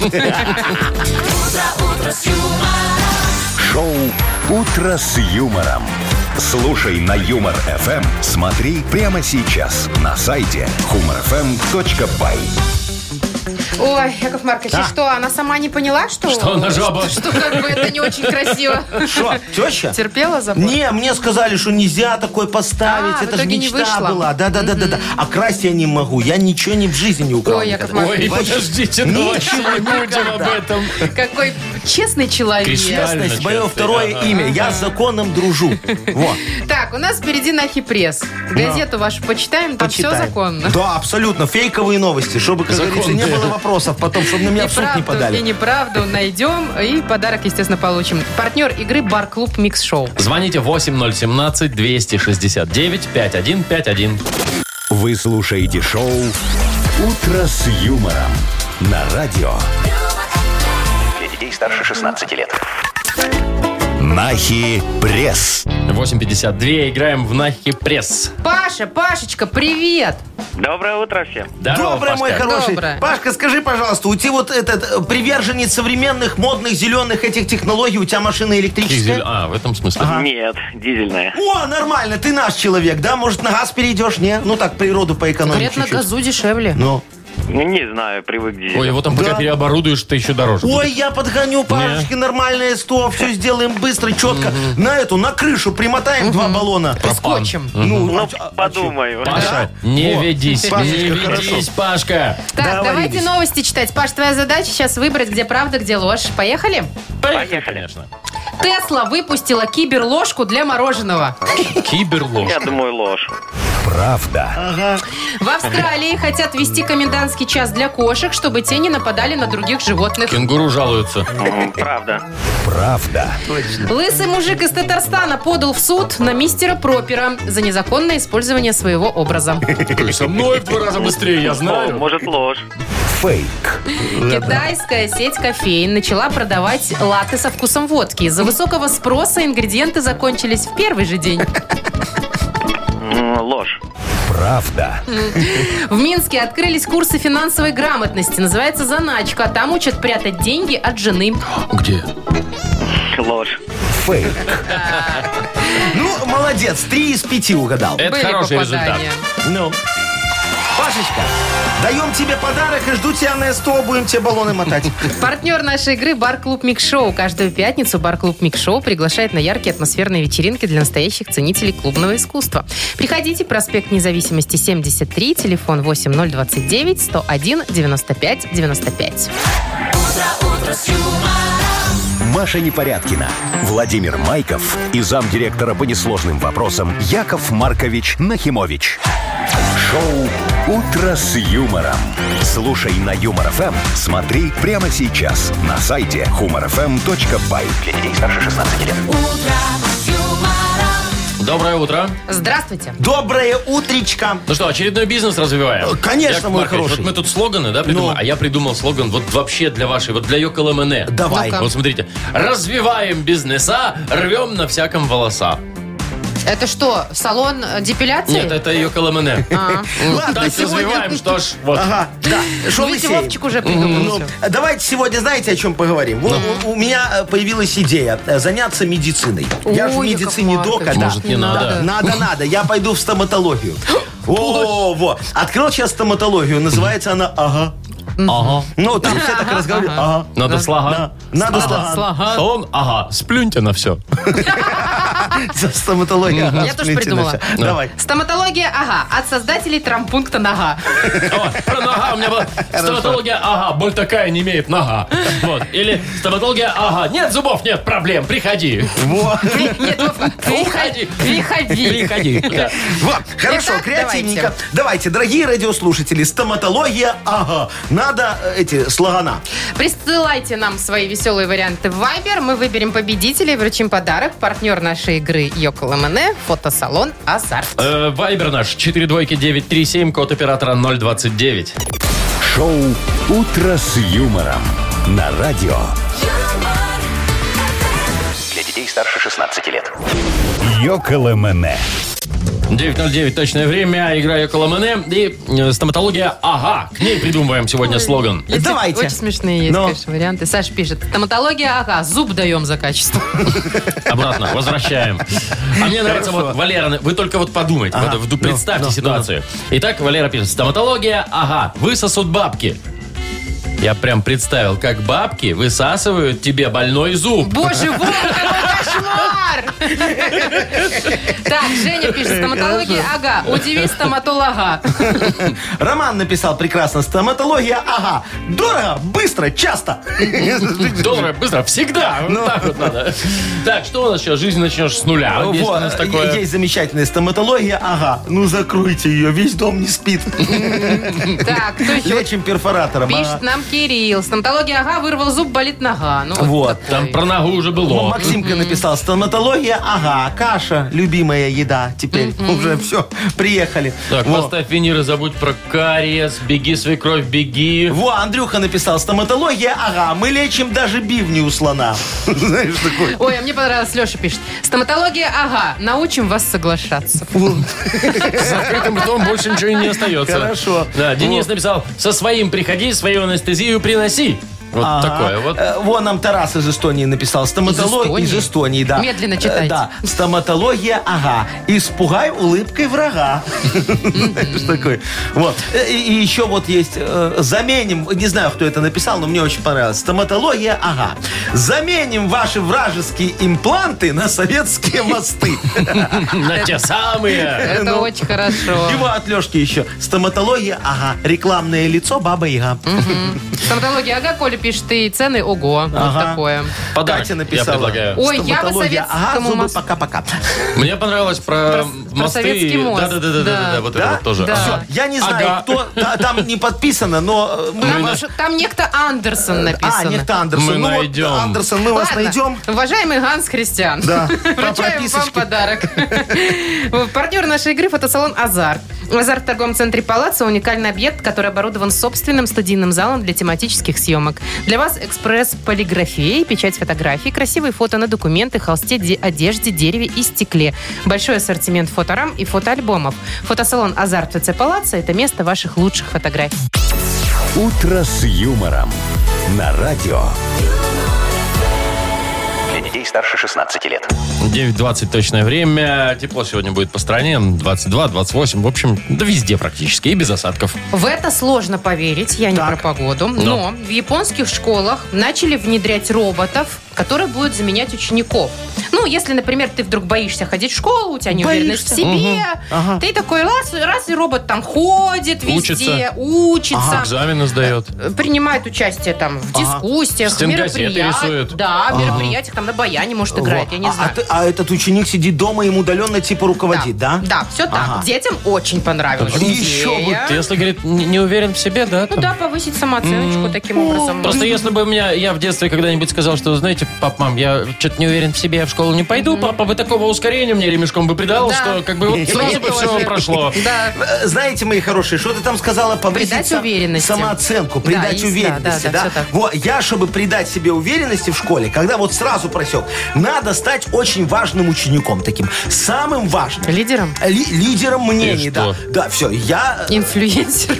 Шоу «Утро с юмором». Слушай на Юмор ФМ. Смотри прямо сейчас на сайте humorfm.by. Ой, Яков Маркович, и что, она сама не поняла, что... Что она жаба? Что как бы это не очень красиво. Что, теща? Терпела забор? Не, мне сказали, что нельзя такой поставить. А, в Это же итоге не мечта вышло. была. Да. А красть я не могу. Я ничего ни в жизни не украл. Ой, Яков никогда. Маркович. Ой, подождите, давайте Ничего не будем никогда. об этом. Какой честный человек. Кристально. Честность, мое честный, второе ага. имя. Я с законом дружу. Вот. Так, у нас впереди Нахи Пресс. Газету вашу почитаем, там все Почитаем. законно. Да, абсолютно. Фейковые новости. Чтобы, как говорится, не было вопросов потом, чтобы на меня в суд не И подали. неправду найдем. И подарок, естественно, получим. Партнер игры «Бар-клуб Микс Шоу». Звоните 8017-269-5151. Вы слушаете шоу «Утро с юмором» на радио. Для детей старше 16 лет. Нахи Пресс. 8:52. Играем в Нахи Пресс. Пашечка, привет! Доброе утро всем. Здорово, Доброе, мой Пашка. хороший. Доброе. Пашка, скажи, пожалуйста, у тебя вот этот приверженец современных, модных, зеленых этих технологий, у тебя машина электрическая? А, в этом смысле. Нет, дизельная. О, нормально, ты наш человек, да? Может, на газ перейдешь, не? Ну так, природу поэкономить Говорят, на чуть-чуть. газу дешевле. Ну. Не знаю, привык к дизелю. Ой, его там пока Да. переоборудуешь, ты еще дороже. Ой, я подгоню, Пашечки, нормальное СТО, все сделаем быстро, четко. На крышу примотаем 2 баллона. Скотчем. Ну, подумаю. Паша, не Во. ведись, не Пашечка, ведись, Пашка. Так, Договорились. давайте новости читать. Паш, твоя задача сейчас выбрать, где правда, где ложь. Поехали? Поехали, конечно. Тесла выпустила киберложку для мороженого. Киберложь. Я думаю, ложь. Правда. В Австралии хотят ввести комендантский час для кошек, чтобы те не нападали на других животных. Кенгуру жалуются. Правда. Правда. Лысый мужик из Татарстана подал в суд на мистера Пропера за незаконное использование своего образа. Со мной в 2 раза быстрее, я О, может, ложь. Фейк. Китайская сеть кофеин начала продавать латте со вкусом водки. Из-за высокого спроса ингредиенты закончились в первый же день. Ложь. Правда. В Минске открылись курсы финансовой грамотности. Называется «Заначка». Там учат прятать деньги от жены. Где? Ложь. Фейк. Ну, молодец, 3 из 5 угадал. Это Были хороший результат. попадания. Ну. Пашечка, даем тебе подарок и жду тебя на СТО, будем тебе баллоны мотать. Партнер нашей игры – бар-клуб Микшоу. Каждую пятницу бар-клуб Микшоу приглашает на яркие атмосферные вечеринки для настоящих ценителей клубного искусства. Приходите, проспект Независимости, 73, телефон 8029 101 95 95. Маша Непорядкина, Владимир Майков и замдиректора по несложным вопросам Яков Маркович Нахимович. Шоу «Утро с юмором». Слушай на Юмор ФМ, смотри прямо сейчас на сайте humorfm.by. Для детей старше 16 лет. Доброе утро. Здравствуйте. Доброе утречко. Ну что, очередной бизнес развиваем? Конечно, Яков мой Маркович, хороший. Вот мы тут слоганы, да, придумали? Ну. А я придумал слоган вот вообще для вашей, вот для ЙОКЛМН. Давай. Ну-ка. Вот смотрите. Развиваем бизнеса, рвем на всяком волоса. Это что, салон депиляции? Нет, это ЙОКЛМН. Ладно, Так сегодня- развиваем, что ж, вот. Ага, да. Шо Видите, лысеем? Вовчик уже придумал Ну, всё. давайте сегодня, знаете, о чем поговорим? Вот у меня появилась идея заняться медициной. Я же в Ой, медицине Яков дока. Маркович, да. Может, не надо? Надо. Я пойду в стоматологию. Во. Открыл сейчас стоматологию. Называется она «Ага». Ага. Ну, там все так разговаривают. Ага. Надо слога. Надо слоган. Слога. Салон, ага, сплюньте на все. Стоматология. ага, Я тоже сплюньте придумала. на всё. Давай. Стоматология, ага, от создателей травмпункта «Нога». Про нога у меня была стоматология, ага, боль такая не имеет нога. Вот. Или стоматология, ага, нет зубов, нет проблем, приходи. Во. Нет, Вовка, Приходи. Приходи. Да. Вот, хорошо, Итак, креативненько. Давайте, дорогие радиослушатели, стоматология, ага. Надо эти слогана. Присылайте нам свои веселые варианты в Viber. Мы выберем победителей, вручим подарок. Партнер нашей игры ЙОКЛМН, фотосалон «Азарт». Вайбер наш 42937, код оператора 029. Шоу «Утро с юмором» на радио. Для детей старше 16 лет. ЙОКЛМН. 9:09 точное время, игра ЙОКЛМН и стоматология, ага. К ней придумываем сегодня слоган. Давайте. Очень смешные есть, Ну. конечно, варианты. Саша пишет, стоматология, ага, зуб даем за качество. Обратно, возвращаем. А мне нравится вот Валера, вы только вот подумайте, Ага. вот представьте ситуацию. Итак, Валера пишет, стоматология, ага, высосут бабки. Я прям представил, как бабки высасывают тебе больной зуб. Боже, Вова, какой кошмар! Так, Женя пишет, стоматология, ага, удиви стоматолога. Роман написал прекрасно. Стоматология, ага. Дорого, быстро, часто. Доллары быстро, всегда. Вот так вот надо. Так, что у нас сейчас? Жизнь начнешь с нуля. Есть у Вот, нас такое. есть замечательная стоматология, ага. Ну, закройте ее, весь дом не спит. Так, кто еще? Лечим перфоратором. Пишет ага. нам Кирилл. Стоматология, ага, вырвал зуб, болит нога. Ну, Вот. такой. Там про ногу уже было. Максимка написал, стоматология, ага, каша, любимая еда. Теперь уже все, приехали. Так, Во. поставь виниры, забудь про кариес, беги, свекровь, беги. Во, Андрюха написал, стоматология, ага, мы лечим даже бивни у слона. Знаешь, такой. Ой, а мне понравилось, Леша пишет. Стоматология, ага, научим вас соглашаться. С закрытым ртом больше ничего и не остается. Хорошо. Да, Денис написал, со своим приходи, свою анестезию приноси. Вот Ага. такое вот. Вон нам Тарас из Эстонии написал. Стоматология Из из Эстонии, да. Медленно читайте. Да. Стоматология, ага. Испугай улыбкой врага. Знаешь, такой. Вот. И еще вот есть. Заменим, не знаю, кто это написал, но мне очень понравилось. Стоматология, ага. Заменим ваши вражеские импланты на советские мосты. На те самые. Это очень хорошо. Его от Лешки еще. Стоматология, ага. Рекламное лицо Баба Яга. Стоматология, ага, Коля пишет, и цены, ого. Вот Ага. такое. Подарок Катя я написала. предлагаю. Ой, я бы Стоматология, ага, советскому зубы мосту. пока-пока. Мне понравилось про мосты. Советский мост. Да, вот это вот тоже. Да. Всё, я не знаю, кто там не подписано, но... Там некто Андерсон написано. некто Андерсон. Мы Ну вот, найдем. Андерсон, мы вас Ладно, найдем. уважаемый Ганс Христиан, Да, вручаем вам прописочки. подарок. Партнер нашей игры — фотосалон «Азарт». «Азарт» в торговом центре «Палаццо» — уникальный объект, который оборудован собственным студийным залом для тематических съемок. Для вас экспресс-полиграфия, печать фотографий, красивые фото на документы, холсте, одежде, дереве и стекле. Большой ассортимент фоторам и фотоальбомов. Фотосалон «Азарт» в ТЦ «Палаццо» — это место ваших лучших фотографий. «Утро с юмором» на радио. Для детей старше 16 лет. 9:20 точное время. Тепло сегодня будет по стране. 22, 28. В общем, да везде практически. И без осадков. В это сложно поверить, я не про погоду. Но в японских школах начали внедрять роботов, которые будут заменять учеников. Ну, если, например, ты вдруг боишься ходить в школу, у тебя неуверенность в себе, ты такой раз, и робот там ходит везде, учится. Экзамены сдает. Принимает участие там в дискуссиях, Стенгазеты мероприятиях. рисует. Да, в мероприятиях там на баяне может играть, я не знаю. А этот ученик сидит дома, им удаленно типа руководит, да? Да, все так. Детям очень понравилась Еще бы. идея. Ты, если, говорит, не уверен в себе, да? Ну там? да, повысить самооценочку таким образом. Просто если бы я в детстве когда-нибудь сказал, что, знаете, пап, мам, я что-то не уверен в себе, я в школу не пойду, папа бы такого ускорения мне ремешком бы придал, Да. что как бы вот сразу бы все прошло. Да. Знаете, мои хорошие, что ты там сказала? Повысить Придать уверенности. самооценку, придать Да, уверенности, да, да? всё так. Вот, я, чтобы придать себе уверенности в школе, когда вот сразу просек, надо стать очень важным учеником таким, самым важным. Лидером? Лидером мнений, И да. что? Да, все, я... Инфлюенсер.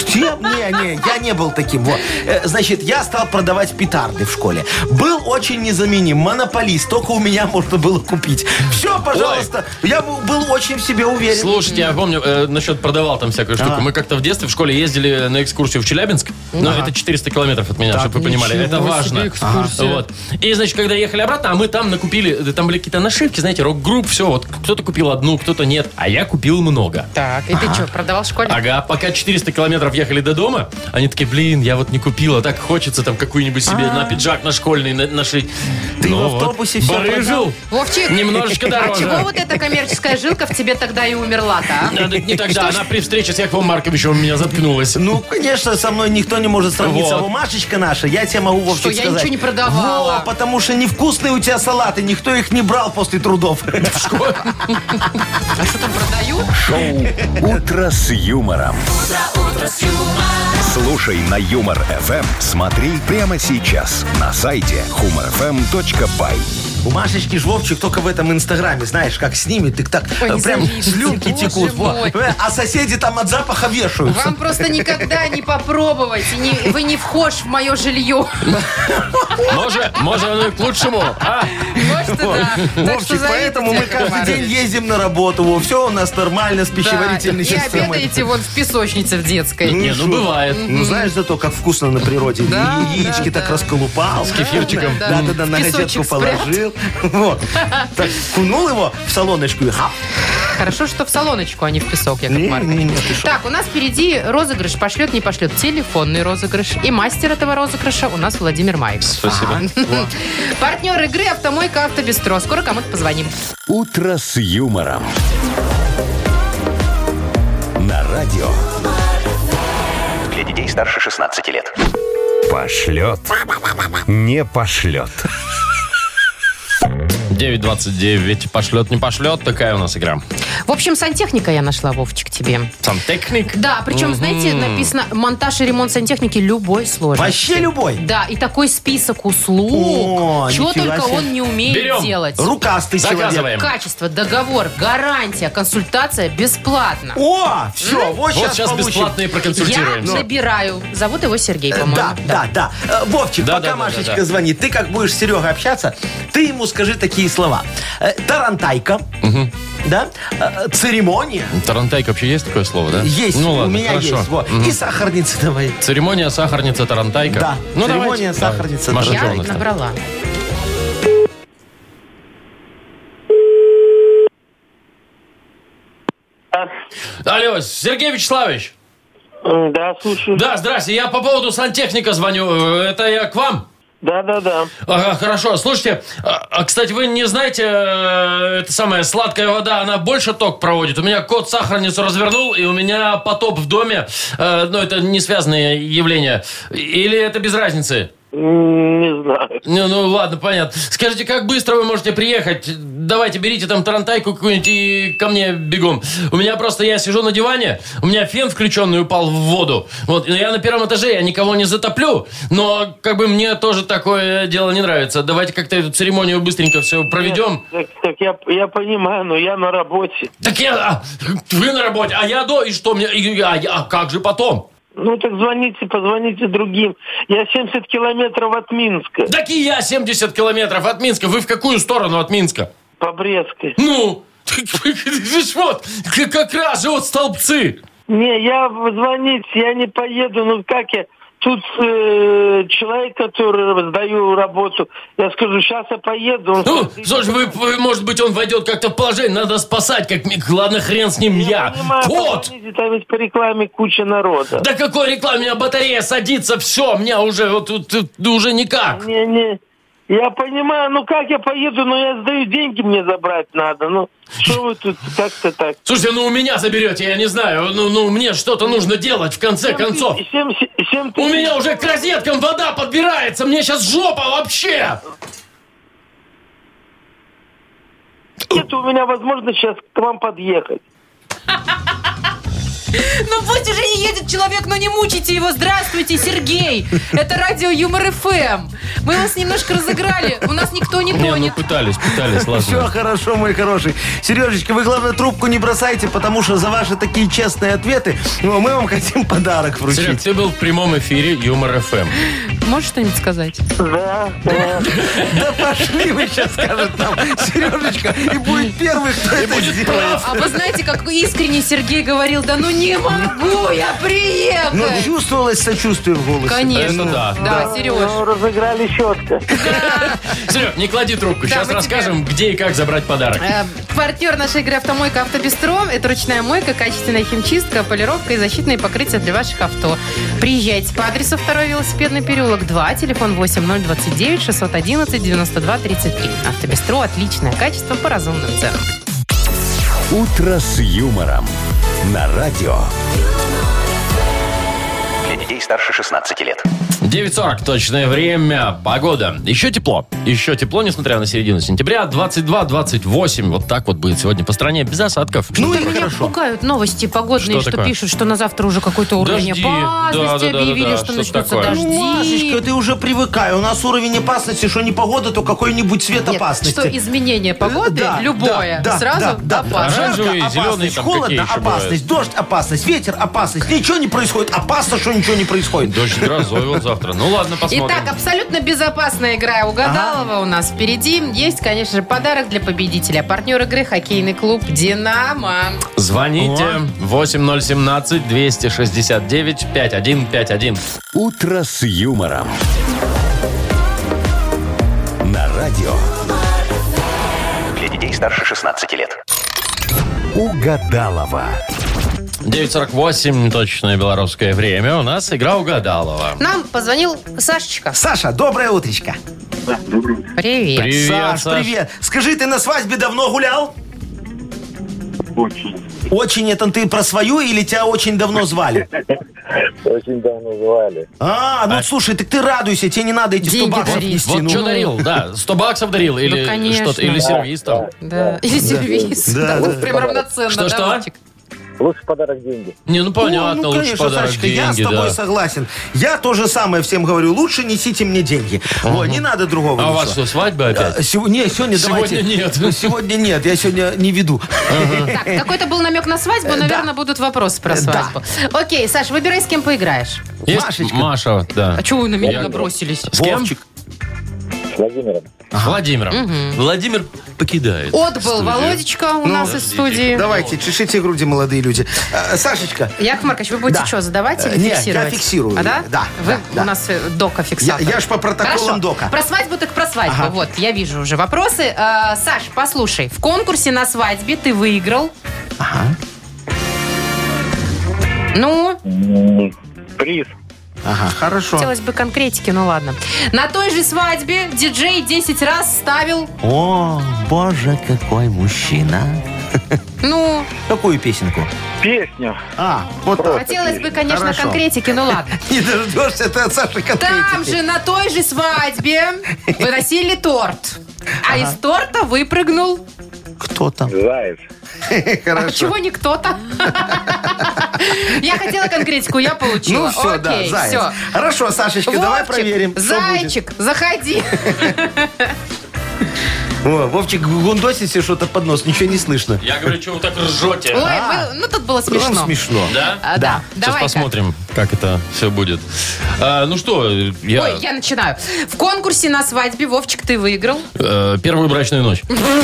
Я не был таким. Вот. Значит, я стал продавать петарды в школе. Был очень незаменим, монополист, только у меня можно было купить. Все, пожалуйста. Я был очень в себе уверен. Слушайте, я помню, насчет продавал там всякую штуку. Мы как-то в детстве в школе ездили на экскурсию в Челябинск. Но это 400 километров от меня, чтобы вы понимали. Это ничего важно. себе экскурсия. Вот. И, значит, когда ехали обратно, а мы там накупили, там были какие-то нашивки, знаете, рок-групп, все. Вот кто-то купил одну, кто-то нет. А я купил много. Так, и ты что, продавал в школе? Ага, пока 400 километров ехали до дома, они такие, блин, я вот не купила, так хочется там какую-нибудь себе на пиджак, на школьный нашить. Ты Ну в вот, автобусе всё барыжил. Вовчик, Немножечко а дороже. чего вот эта коммерческая жилка в тебе тогда и умерла-то, а? Да, не тогда, она при встрече с Яковом Марковичем у меня заткнулась. Ну, конечно, со мной никто не может сравниться. Вот. Вот. Машечка наша, я тебе могу, Вовчик, Что, я сказать. ничего не продавала? Во, потому что невкусные у тебя салаты, никто их не брал после трудов. А что там продают? Шоу «Утро с юмором». Слушай на Юмор ФМ. Смотри прямо сейчас на сайте humorfm.by. У Машечки ж Вовчик только в этом инстаграме, знаешь, как снимет, так Ой, не прям завидуйте, слюнки боже текут. мой. А соседи там от запаха вешаются. Вам просто никогда не попробовать. Вы не вхож в мое жилье. Может, оно и к лучшему. Может, да. Так что Вовчик, завидуйте, поэтому мы Яков каждый Маркович. день ездим на работу. Все у нас нормально с пищеварительной И системой. обедаете вот в песочнице в детской. Не, ну бывает. Ну, знаешь зато, как вкусно на природе. Да, Яички да, так да. расколупал. С кефирчиком. Да, на Песочек газетку положил. Вот. Так, кунул его в солоночку и хап. Хорошо, что в солоночку, а не в песок, Яков Не, Маркович. не, ты шо. Так, у нас впереди розыгрыш пошлет, не пошлет. Телефонный розыгрыш. И мастер этого розыгрыша у нас Владимир Майк. Спасибо. Партнер игры «Автомойка Автобестро». Скоро кому-то позвоним. «Утро с юмором». На радио. Для детей старше 16 лет. Пошлет. Не пошлет. 9:29. Пошлет, не пошлет. Такая у нас игра. В общем, сантехника я нашла, Вовчик, тебе. Сантехник. Да, причем, знаете, написано монтаж и ремонт сантехники любой сложности. Вообще любой. Да, и такой список услуг. О, Чего нифига только себе. он не умеет Берем. делать. Рукастый человек. Заказываем. Качество, договор, гарантия, консультация бесплатно. О, все, вот Вот сейчас сейчас получим. бесплатно и Я проконсультируемся. набираю. Зовут его Сергей, по-моему. Да. Вовчик, Да, пока да, Машечка да. звонит, ты как будешь с Серегой общаться, ты ему скажи такие слова. Тарантайка, да, церемония. Тарантайка вообще есть такое слово, да? Есть, Ну ладно, у меня хорошо. есть. Вот. И сахарница давай. Церемония, сахарница, тарантайка. Да, Ну, церемония, давайте. сахарница, Маша, Я что у нас там? набрала. Алло, Сергей Вячеславович. Да, слушаю. Да, здрасте, я по поводу сантехника звоню. Это я к вам? Да. Ага, хорошо. Слушайте, кстати, вы не знаете, это самая сладкая вода, она больше ток проводит. У меня кот сахарницу развернул, и у меня потоп в доме. Но это не связанные явления. Или это без разницы? Не знаю. Ну, ладно, понятно. Скажите, как быстро вы можете приехать? Давайте, берите там тарантайку какую-нибудь и ко мне бегом. У меня просто, я сижу на диване, у меня фен включенный упал в воду. Вот, я на первом этаже, я никого не затоплю, но как бы мне тоже такое дело не нравится. Давайте как-то эту церемонию быстренько все проведем. Так я понимаю, но я на работе. Так вы на работе, а я и что мне, а как же потом? Ну, так позвоните другим. Я 70 километров от Минска. Так и я 70 километров от Минска. Вы в какую сторону от Минска? По Брестской. Ну, вот, как раз же вот столбцы. Не, я не поеду, ну как я... Тут человек, который сдаю работу, я скажу, сейчас я поеду. Слушай, может быть, он войдет как-то в положение, надо спасать, ладно, хрен с ним я. Вот! Там ведь по рекламе куча народа. Да какой рекламе? У меня батарея садится, все, меня уже, уже никак. Не, я понимаю, ну как я поеду, но я сдаю деньги, мне забрать надо, ну. Что вы тут как-то так? Слушайте, у меня заберете, я не знаю. Мне что-то нужно делать, в конце концов. 7 у меня уже к розеткам вода подбирается, мне сейчас жопа вообще. Нет у меня возможность сейчас к вам подъехать. Ну пусть уже не едет человек, но не мучите его. Здравствуйте, Сергей. Это радио Юмор ФМ. Мы вас немножко разыграли. У нас никто не тонет. Не, пытались, ладно. Все хорошо, мой хороший. Сережечка, вы, главное, трубку не бросайте, потому что за ваши такие честные ответы мы вам хотим подарок вручить. Серег, ты был в прямом эфире Юмор ФМ. Можешь что-нибудь сказать? Да. Да пошли вы сейчас, скажет нам Сережечка, и будет первый, кто это сделает. А вы знаете, как искренне Сергей говорил, да ну не могу я приехать. Ну, чувствовалось сочувствие в голосе. Конечно. Это да. Да, Сереж. Ну, разыграли четко. Серег, не клади трубку. Сейчас мы расскажем, где и как забрать подарок. Партнер нашей игры «Автомойка Автобестро» – это ручная мойка, качественная химчистка, полировка и защитные покрытия для ваших авто. Приезжайте по адресу 2-й велосипедный переулок 2, телефон 8029 611 92 33. «Автобестро» – отличное качество по разумным ценам. «Утро с юмором» на радио. Для детей старше 16 лет. 9:40 точное время. Погода. Еще тепло, несмотря на середину сентября. 22-28. Вот так вот будет сегодня по стране, без осадков. Ну, меня пугают новости погодные, что пишут, что на завтра уже какой-то уровень опасности объявили, что начнутся дожди. Машечка, ты уже привыкай. У нас уровень опасности, что не погода, то какой-нибудь цвет опасности. Что изменение погоды, любое, сразу опасно. Оранжевый, Жарко, зеленый, опасность, там холодно, какие еще опасность, дождь, опасность, ветер, опасность. Ничего не происходит. Опасно, что ничего не происходит. Дождь грозой вот завтра. Ну ладно, посмотрим. Итак, абсолютно безопасная игра угадалова у нас впереди. Есть, конечно же, подарок для победителя. Партнер игры — хоккейный клуб «Динамо». Звоните 8017-269-5151. «Утро с юмором» на радио. Для детей старше 16 лет. Угадалова. 9:48, точное белорусское время. У нас игра угадалова. Нам позвонил Сашечка. Саша, доброе утречко. Привет. Привет, Саш, Саш. привет. Скажи, ты на свадьбе давно гулял? Очень. Очень, это ты про свою или тебя очень давно звали? Очень давно звали. Ну слушай, так ты радуйся, тебе не надо эти 100 Деньги баксов дари. нести. Вот ну. что дарил, да? 100 баксов дарил или конечно. что-то, или сервис там? Да. Или сервис. Да, Да, да. прям равноценно. Что? да, Вовчик? Лучший подарок деньги. Не, ну понятно, Ну, лучше конечно, подарок Сашечка, я с деньги, тобой да. согласен. Я то же самое всем говорю. Лучше несите мне деньги. Ой, не надо другого. А у ничего. вас что, свадьба опять? Не, сегодня давайте. нет. Сегодня нет, я сегодня не веду. Так, какой-то был намек на свадьбу, наверное, будут вопросы про свадьбу. Окей, Саш, выбирай, с кем поиграешь. Есть Машечка. Маша, да. А чего вы на меня набросились? С кем? Вовчик. С Владимиром. Владимиром. Владимир покидает. Отбыл Володечка у нас из студии. Давайте, чешите груди, молодые люди. Сашечка. Яков Маркович, вы будете Да. что, задавать или Не, фиксировать? я фиксирую. А, да? Да, Вы да. у нас дока-фиксатор. Я ж по протоколам Хорошо. дока. Про свадьбу так про свадьбу. Ага. Вот, я вижу уже вопросы. Саш, послушай. В конкурсе на свадьбе ты выиграл. Ага. Ну, Приз. Ага, хорошо. Хотелось бы конкретики, ну ладно. На той же свадьбе диджей 10 раз ставил... О, боже, какой мужчина. Ну, Какую песенку? Песню. Вот так. хотелось бы, конечно, Хорошо. конкретики, ну ладно. Не дождешься ты от Саши конкретики. Там же на той же свадьбе выносили торт. А из торта выпрыгнул... Кто там? Заяц. А Хорошо. чего не кто-то? Я хотела конкретику, я получила. Ну все, да, Окей, заяц. всё. Хорошо, Сашечка, давай Вовчик, проверим, что будет. Зайчик, заходи. О, Вовчик гундосит себе что-то под нос, ничего не слышно. Я говорю, что вы так ржете? Ой, ну тут было смешно. Вам смешно. Да? Да. Сейчас Давай-ка. посмотрим, как это все будет. Ну что, Ой, я начинаю. В конкурсе на свадьбе, Вовчик, ты выиграл. Первую брачную ночь.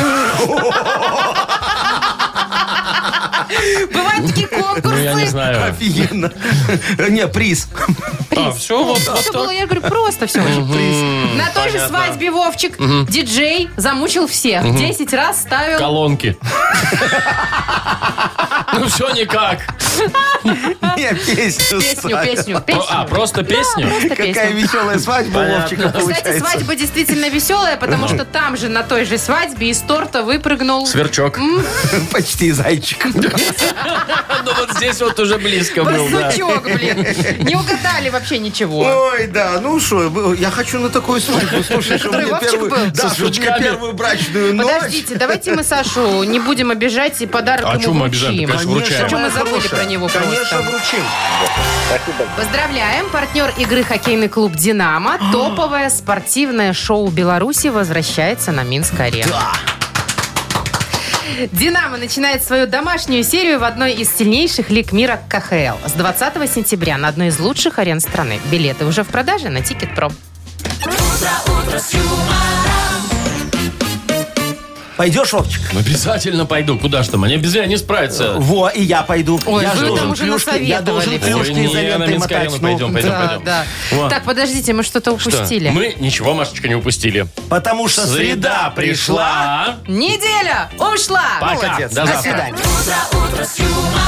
Бывают такие конкурсы. Ну, я не знаю. Офигенно. Не, приз. Все, вот Все было, я говорю, просто все. На той же Понятно. свадьбе, Вовчик, диджей замучил всех. 10 раз ставил... колонки. Ну все никак. Не, песню. Песню. Просто песню? Просто Какая песню. веселая свадьба у Вовчика Кстати, получается. свадьба действительно веселая, потому что там же, на той же свадьбе, из торта выпрыгнул... Сверчок. Почти зайчик. Ну вот здесь вот уже близко был, да. Барсучок, блин. Не угадали вообще ничего. Ой, да, ну что, я хочу на такую свадьбу. Слушай, чтобы Который мне Вовчик первую, был. да, Со чтобы мне шашлычками. первую брачную ночь. Подождите, давайте мы Сашу не будем обижать и подарок А ему чё мы обижаем? вручим. Конечно, вручаем. Чё мы моя забыли хорошая. про него Конечно, просто? вручим. Поздравляем! Партнер игры хоккейный клуб «Динамо». Топовое спортивное шоу Беларуси возвращается на Минск-арену. «Динамо» начинает свою домашнюю серию в одной из сильнейших лиг мира КХЛ. С 20 сентября на одной из лучших арен страны. Билеты уже в продаже на Тикет.Про. Пойдешь, Вовчик? Обязательно пойду. Куда ж там? Они без меня не справятся. Во, и я пойду. Ой, я вы же там должен уже клюшки, я должен насоветовали. Ой, клюшки не, за на лентой Минск-арену мотать. пойдем, пойдем, Да, пойдем. да. Во. Так, подождите, мы что-то Что? упустили. Мы ничего, Машечка, не упустили. Потому что среда пришла. Неделя ушла! Пока. Молодец. До До завтра. свидания.